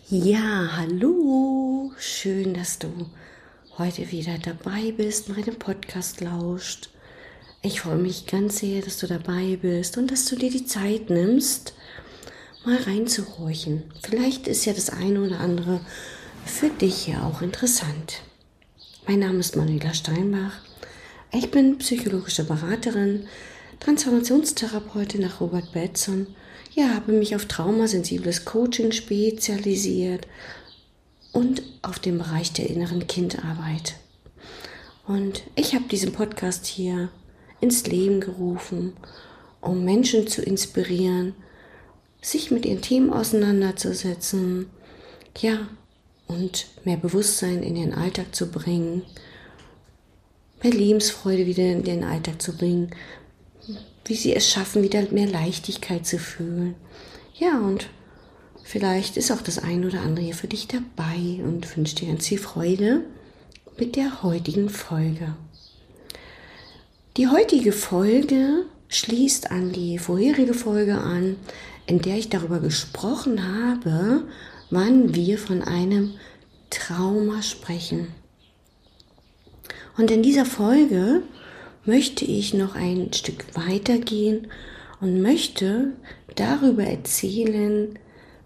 Ja, hallo, schön, dass du heute wieder dabei bist, meinem Podcast lauscht. Ich freue mich ganz sehr, dass du dabei bist und dass du dir die Zeit nimmst, mal reinzuhorchen. Vielleicht ist ja das eine oder andere für dich ja auch interessant. Mein Name ist Manuela Steinbach. Ich bin psychologische Beraterin, Transformationstherapeutin nach Robert Batson. Ja, habe mich auf traumasensibles Coaching spezialisiert und auf den Bereich der inneren Kindarbeit. Und ich habe diesen Podcast hier ins Leben gerufen, um Menschen zu inspirieren, sich mit ihren Themen auseinanderzusetzen, ja, und mehr Bewusstsein in ihren Alltag zu bringen, mehr Lebensfreude wieder in den Alltag zu bringen, wie sie es schaffen, wieder mehr Leichtigkeit zu fühlen. Ja, und vielleicht ist auch das ein oder andere hier für dich dabei und wünsche dir ganz viel Freude mit der heutigen Folge. Die heutige Folge schließt an die vorherige Folge an, in der ich darüber gesprochen habe, wann wir von einem Trauma sprechen. Und in dieser Folge möchte ich noch ein Stück weitergehen und möchte darüber erzählen,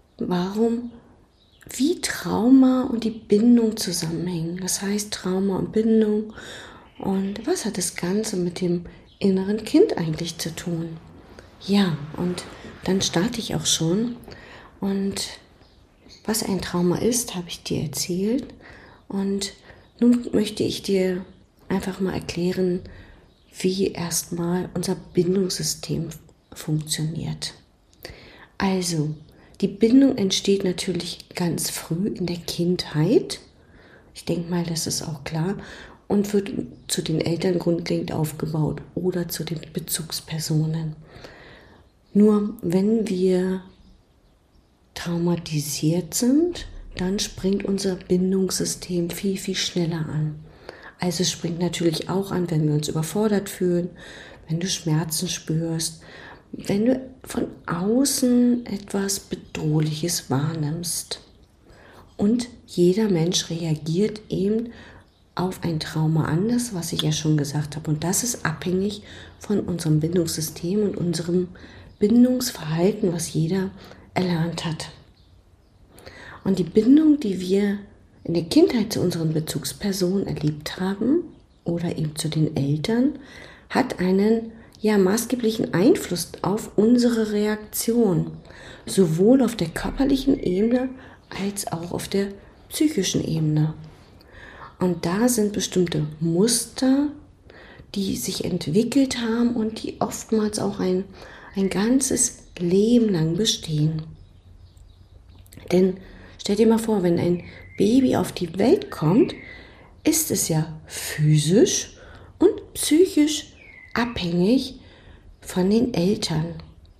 wie Trauma und die Bindung zusammenhängen. Das heißt Trauma und Bindung und was hat das Ganze mit dem inneren Kind eigentlich zu tun? Ja, und dann starte ich auch schon. Und was ein Trauma ist, habe ich dir erzählt. Und nun möchte ich dir einfach mal erklären, wie erstmal unser Bindungssystem funktioniert. Also, die Bindung entsteht natürlich ganz früh in der Kindheit. Ich denke mal, das ist auch klar. Und wird zu den Eltern grundlegend aufgebaut oder zu den Bezugspersonen. Nur wenn wir traumatisiert sind, dann springt unser Bindungssystem viel, viel schneller an. Also es springt natürlich auch an, wenn wir uns überfordert fühlen, wenn du Schmerzen spürst, wenn du von außen etwas Bedrohliches wahrnimmst. Und jeder Mensch reagiert eben auf ein Trauma anders, was ich ja schon gesagt habe. Und das ist abhängig von unserem Bindungssystem und unserem Bindungsverhalten, was jeder erlernt hat. Und die Bindung, die wir in der Kindheit zu unseren Bezugspersonen erlebt haben oder eben zu den Eltern, hat einen maßgeblichen Einfluss auf unsere Reaktion, sowohl auf der körperlichen Ebene als auch auf der psychischen Ebene. Und da sind bestimmte Muster, die sich entwickelt haben und die oftmals auch ein ganzes Leben lang bestehen. Denn stell dir mal vor, wenn ein Baby auf die Welt kommt, ist es ja physisch und psychisch abhängig von den Eltern.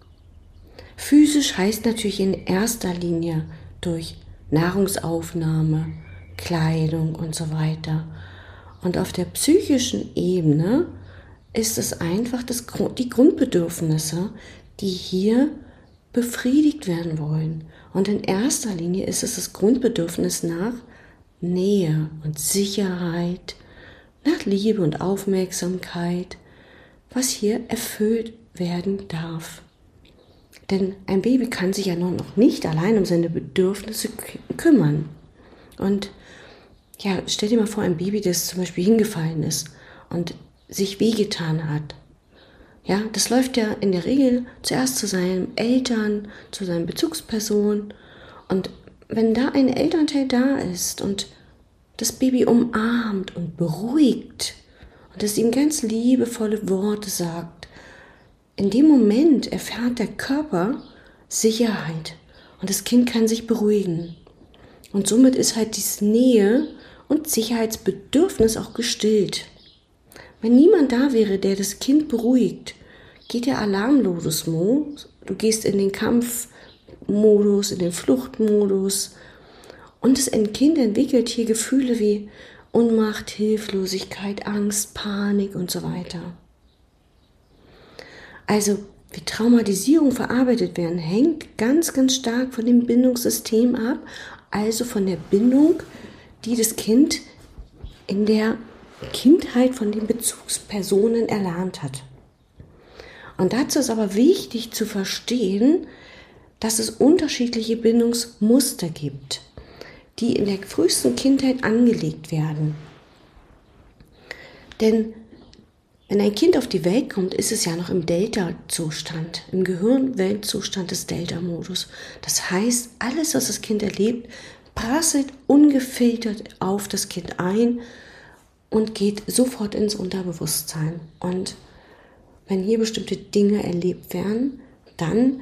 Physisch heißt natürlich in erster Linie durch Nahrungsaufnahme, Kleidung und so weiter. Und auf der psychischen Ebene ist es einfach die Grundbedürfnisse, die hier befriedigt werden wollen. Und in erster Linie ist es das Grundbedürfnis nach Nähe und Sicherheit, nach Liebe und Aufmerksamkeit, was hier erfüllt werden darf. Denn ein Baby kann sich ja noch nicht allein um seine Bedürfnisse kümmern. Und ja, stell dir mal vor, ein Baby, das zum Beispiel hingefallen ist und sich wehgetan hat. Ja, das läuft ja in der Regel zuerst zu seinen Eltern, zu seinen Bezugspersonen. Und wenn da ein Elternteil da ist und das Baby umarmt und beruhigt und es ihm ganz liebevolle Worte sagt, in dem Moment erfährt der Körper Sicherheit und das Kind kann sich beruhigen. Und somit ist halt dieses Nähe- und Sicherheitsbedürfnis auch gestillt. Wenn niemand da wäre, der das Kind beruhigt, geht der Alarmmodus, du gehst in den Kampfmodus, in den Fluchtmodus und das Kind entwickelt hier Gefühle wie Ohnmacht, Hilflosigkeit, Angst, Panik und so weiter. Also wie Traumatisierung verarbeitet werden, hängt ganz, ganz stark von dem Bindungssystem ab, also von der Bindung, die das Kind in der Kindheit von den Bezugspersonen erlernt hat. Und dazu ist aber wichtig zu verstehen, dass es unterschiedliche Bindungsmuster gibt, die in der frühesten Kindheit angelegt werden. Denn wenn ein Kind auf die Welt kommt, ist es ja noch im Delta-Zustand, im Gehirnweltzustand des Delta-Modus. Das heißt, alles, was das Kind erlebt, prasselt ungefiltert auf das Kind ein und geht sofort ins Unterbewusstsein. Und wenn hier bestimmte Dinge erlebt werden, dann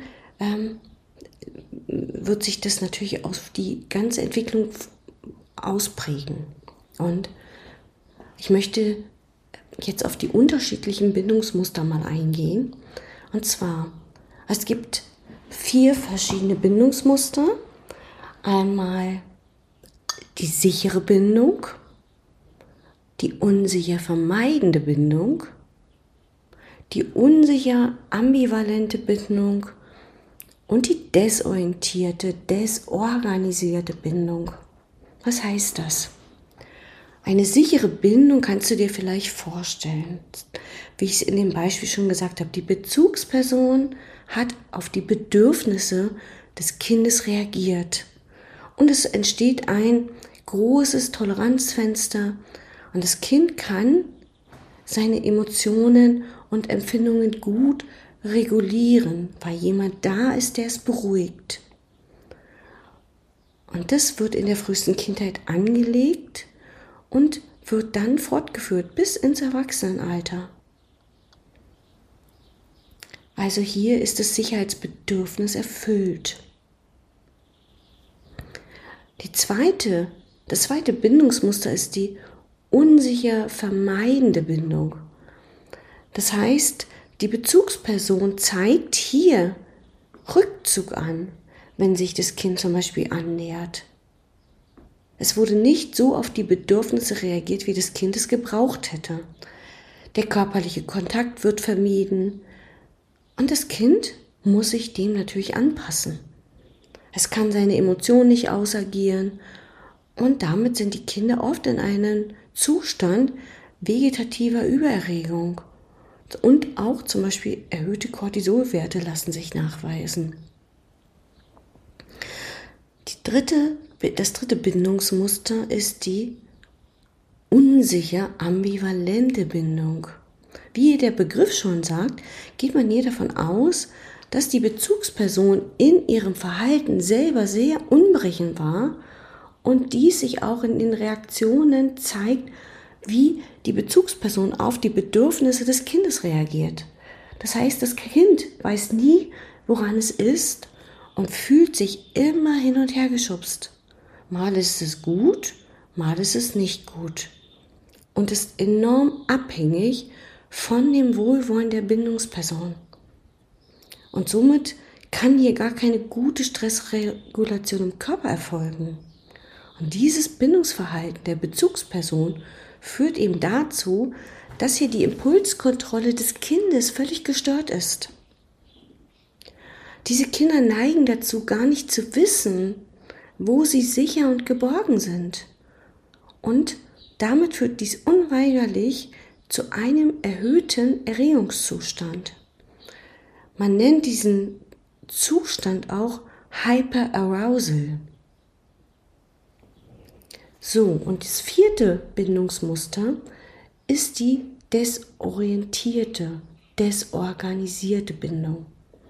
wird sich das natürlich auf die ganze Entwicklung ausprägen. Und ich möchte jetzt auf die unterschiedlichen Bindungsmuster mal eingehen. Und zwar, es gibt 4 verschiedene Bindungsmuster. Einmal die sichere Bindung, die unsicher vermeidende Bindung, die unsicher ambivalente Bindung und die desorientierte, desorganisierte Bindung. Was heißt das? Eine sichere Bindung kannst du dir vielleicht vorstellen, wie ich es in dem Beispiel schon gesagt habe. Die Bezugsperson hat auf die Bedürfnisse des Kindes reagiert und es entsteht ein großes Toleranzfenster und das Kind kann seine Emotionen und Empfindungen gut regulieren, weil jemand da ist, der es beruhigt. Und das wird in der frühesten Kindheit angelegt und wird dann fortgeführt bis ins Erwachsenenalter. Also hier ist das Sicherheitsbedürfnis erfüllt. Das zweite Bindungsmuster ist die unsicher vermeidende Bindung. Das heißt, die Bezugsperson zeigt hier Rückzug an, wenn sich das Kind zum Beispiel annähert. Es wurde nicht so auf die Bedürfnisse reagiert, wie das Kind es gebraucht hätte. Der körperliche Kontakt wird vermieden und das Kind muss sich dem natürlich anpassen. Es kann seine Emotionen nicht ausagieren und damit sind die Kinder oft in einem Zustand vegetativer Übererregung. Und auch zum Beispiel erhöhte Cortisolwerte lassen sich nachweisen. Das dritte Bindungsmuster ist die unsicher ambivalente Bindung. Wie der Begriff schon sagt, geht man hier davon aus, dass die Bezugsperson in ihrem Verhalten selber sehr unberechenbar war und dies sich auch in den Reaktionen zeigt, wie die Bezugsperson auf die Bedürfnisse des Kindes reagiert. Das heißt, das Kind weiß nie, woran es ist und fühlt sich immer hin und her geschubst. Mal ist es gut, mal ist es nicht gut. Und ist enorm abhängig von dem Wohlwollen der Bindungsperson. Und somit kann hier gar keine gute Stressregulation im Körper erfolgen. Und dieses Bindungsverhalten der Bezugsperson führt eben dazu, dass hier die Impulskontrolle des Kindes völlig gestört ist. Diese Kinder neigen dazu, gar nicht zu wissen, wo sie sicher und geborgen sind. Und damit führt dies unweigerlich zu einem erhöhten Erregungszustand. Man nennt diesen Zustand auch Hyperarousal. So, und das vierte Bindungsmuster ist die desorientierte, desorganisierte Bindung.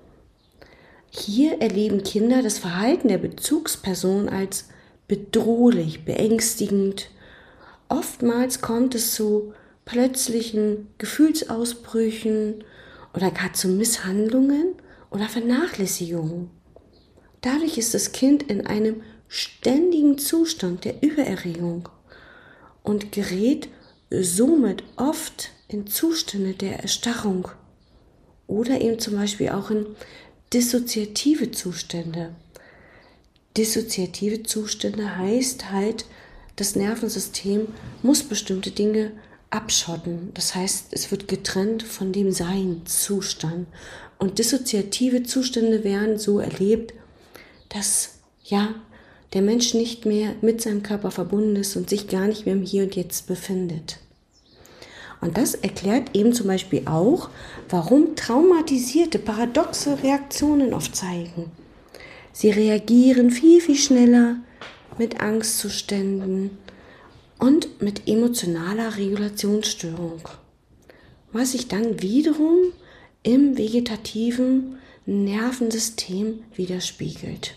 Hier erleben Kinder das Verhalten der Bezugsperson als bedrohlich, beängstigend. Oftmals kommt es zu plötzlichen Gefühlsausbrüchen oder gar zu Misshandlungen oder Vernachlässigungen. Dadurch ist das Kind in einem ständigen Zustand der Übererregung und gerät somit oft in Zustände der Erstarrung oder eben zum Beispiel auch in dissoziative Zustände. Dissoziative Zustände heißt halt, das Nervensystem muss bestimmte Dinge abschotten. Das heißt, es wird getrennt von dem Sein-Zustand. Und dissoziative Zustände werden so erlebt, dass der Mensch nicht mehr mit seinem Körper verbunden ist und sich gar nicht mehr im Hier und Jetzt befindet. Und das erklärt eben zum Beispiel auch, warum Traumatisierte paradoxe Reaktionen oft zeigen. Sie reagieren viel, viel schneller mit Angstzuständen und mit emotionaler Regulationsstörung, was sich dann wiederum im vegetativen Nervensystem widerspiegelt.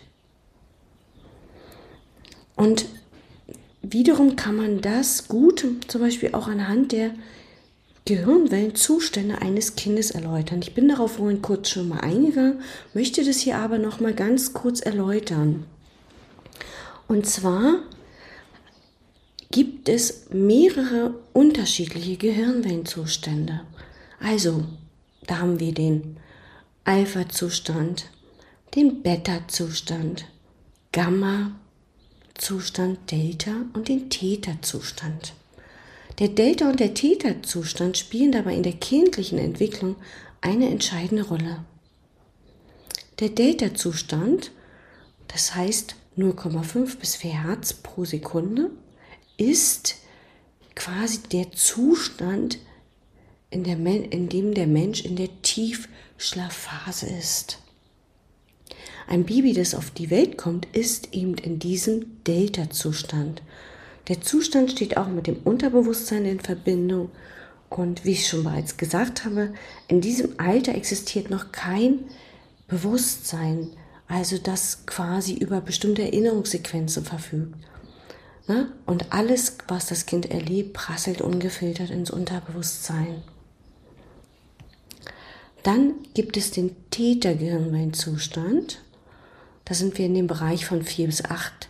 Und wiederum kann man das gut zum Beispiel auch anhand der Gehirnwellenzustände eines Kindes erläutern. Ich bin darauf vorhin kurz schon mal eingegangen, möchte das hier aber noch mal ganz kurz erläutern. Und zwar gibt es mehrere unterschiedliche Gehirnwellenzustände. Also, da haben wir den Alpha-Zustand, den Beta-Zustand, Gamma-Zustand, Delta und den Theta-Zustand. Der Delta- und der Theta-Zustand spielen dabei in der kindlichen Entwicklung eine entscheidende Rolle. Der Delta-Zustand, das heißt 0,5 bis 4 Hertz pro Sekunde, ist quasi der Zustand, in dem der Mensch in der Tiefschlafphase ist. Ein Baby, das auf die Welt kommt, ist eben in diesem Delta-Zustand. Der Zustand steht auch mit dem Unterbewusstsein in Verbindung und wie ich schon bereits gesagt habe, in diesem Alter existiert noch kein Bewusstsein, also das quasi über bestimmte Erinnerungssequenzen verfügt. Und alles, was das Kind erlebt, prasselt ungefiltert ins Unterbewusstsein. Dann gibt es den Theta-Gehirnwellenzustand. Da sind wir in dem Bereich von 4 bis 8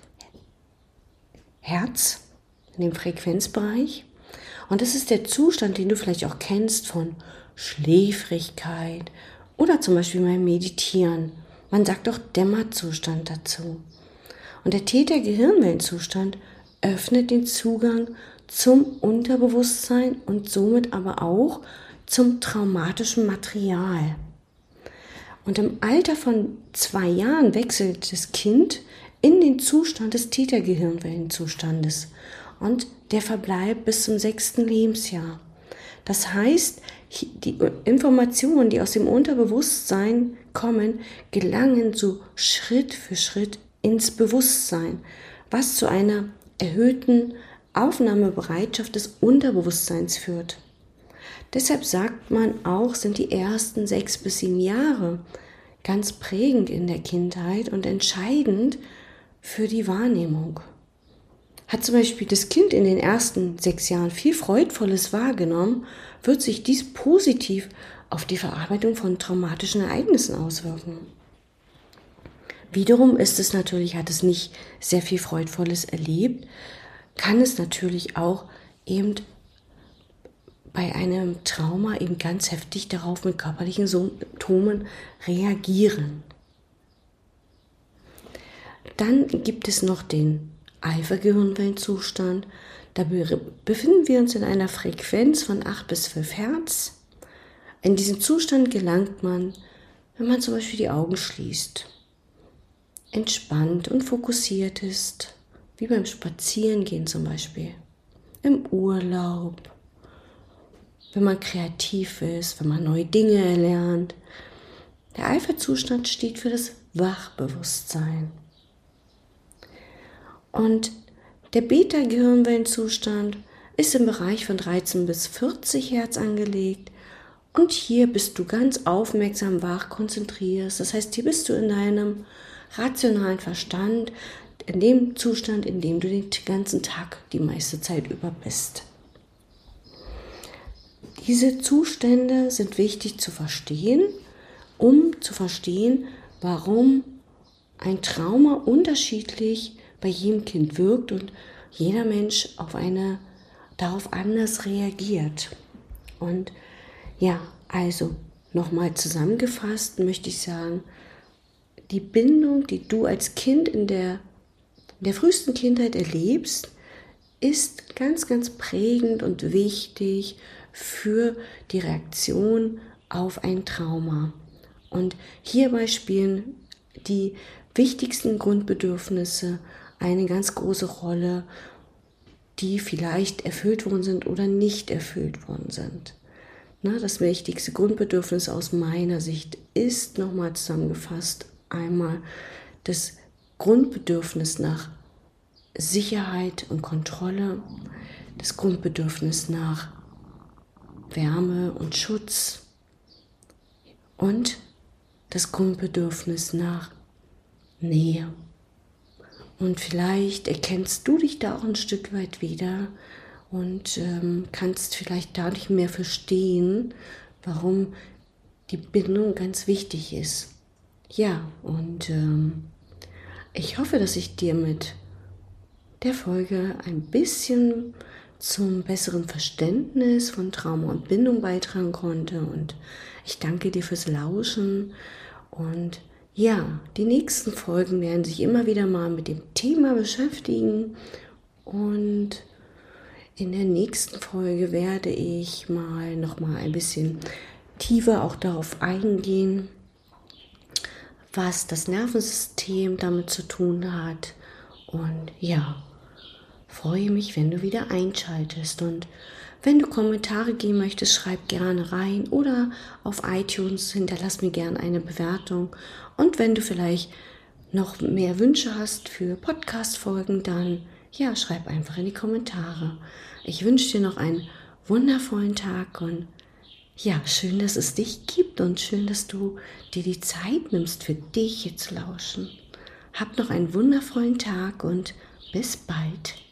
Hertz, in dem Frequenzbereich. Und das ist der Zustand, den du vielleicht auch kennst von Schläfrigkeit oder zum Beispiel beim Meditieren. Man sagt auch Dämmerzustand dazu. Und der Theta-Gehirnwellenzustand öffnet den Zugang zum Unterbewusstsein und somit aber auch zum traumatischen Material. Und im Alter von 2 Jahren wechselt das Kind in den Zustand des Theta-Gehirnwellenzustandes und der verbleibt bis zum 6. Lebensjahr. Das heißt, die Informationen, die aus dem Unterbewusstsein kommen, gelangen so Schritt für Schritt ins Bewusstsein, was zu einer erhöhten Aufnahmebereitschaft des Unterbewusstseins führt. Deshalb sagt man auch, sind die ersten 6 bis 7 Jahre ganz prägend in der Kindheit und entscheidend für die Wahrnehmung. Hat zum Beispiel das Kind in den ersten 6 Jahren viel Freudvolles wahrgenommen, wird sich dies positiv auf die Verarbeitung von traumatischen Ereignissen auswirken. Wiederum hat es nicht sehr viel Freudvolles erlebt, kann es natürlich auch eben bei einem Trauma eben ganz heftig darauf mit körperlichen Symptomen reagieren. Dann gibt es noch den Alpha-Gehirnwellenzustand. Da befinden wir uns in einer Frequenz von 8 bis 12 Hertz. In diesen Zustand gelangt man, wenn man zum Beispiel die Augen schließt, entspannt und fokussiert ist, wie beim Spazierengehen zum Beispiel, im Urlaub, wenn man kreativ ist, wenn man neue Dinge erlernt. Der Alpha-Zustand steht für das Wachbewusstsein. Und der Beta-Gehirnwellenzustand ist im Bereich von 13 bis 40 Hertz angelegt. Und hier bist du ganz aufmerksam wach, konzentrierst. Das heißt, hier bist du in deinem rationalen Verstand, in dem Zustand, in dem du den ganzen Tag die meiste Zeit über bist. Diese Zustände sind wichtig zu verstehen, um zu verstehen, warum ein Trauma unterschiedlich bei jedem Kind wirkt und jeder Mensch darauf anders reagiert. Und ja, also nochmal zusammengefasst möchte ich sagen, die Bindung, die du als Kind in der frühesten Kindheit erlebst, ist ganz, ganz prägend und wichtig für die Reaktion auf ein Trauma. Und hierbei spielen die wichtigsten Grundbedürfnisse eine ganz große Rolle, die vielleicht erfüllt worden sind oder nicht erfüllt worden sind. Das wichtigste Grundbedürfnis aus meiner Sicht ist, nochmal zusammengefasst, einmal das Grundbedürfnis nach Sicherheit und Kontrolle, das Grundbedürfnis nach Wärme und Schutz und das Grundbedürfnis nach Nähe. Und vielleicht erkennst du dich da auch ein Stück weit wieder und kannst vielleicht dadurch mehr verstehen, warum die Bindung ganz wichtig ist. Ja, und ich hoffe, dass ich dir mit der Folge ein bisschen zum besseren Verständnis von Trauma und Bindung beitragen konnte. Und ich danke dir fürs Lauschen. Und ja, die nächsten Folgen werden sich immer wieder mal mit dem Thema beschäftigen. Und in der nächsten Folge werde ich nochmal ein bisschen tiefer auch darauf eingehen, was das Nervensystem damit zu tun hat. Und ja, freue mich, wenn du wieder einschaltest. Und wenn du Kommentare geben möchtest, schreib gerne rein oder auf iTunes hinterlass mir gerne eine Bewertung. Und wenn du vielleicht noch mehr Wünsche hast für Podcast-Folgen, dann ja, schreib einfach in die Kommentare. Ich wünsche dir noch einen wundervollen Tag und ja, schön, dass es dich gibt und schön, dass du dir die Zeit nimmst, für dich hier zu lauschen. Hab noch einen wundervollen Tag und bis bald.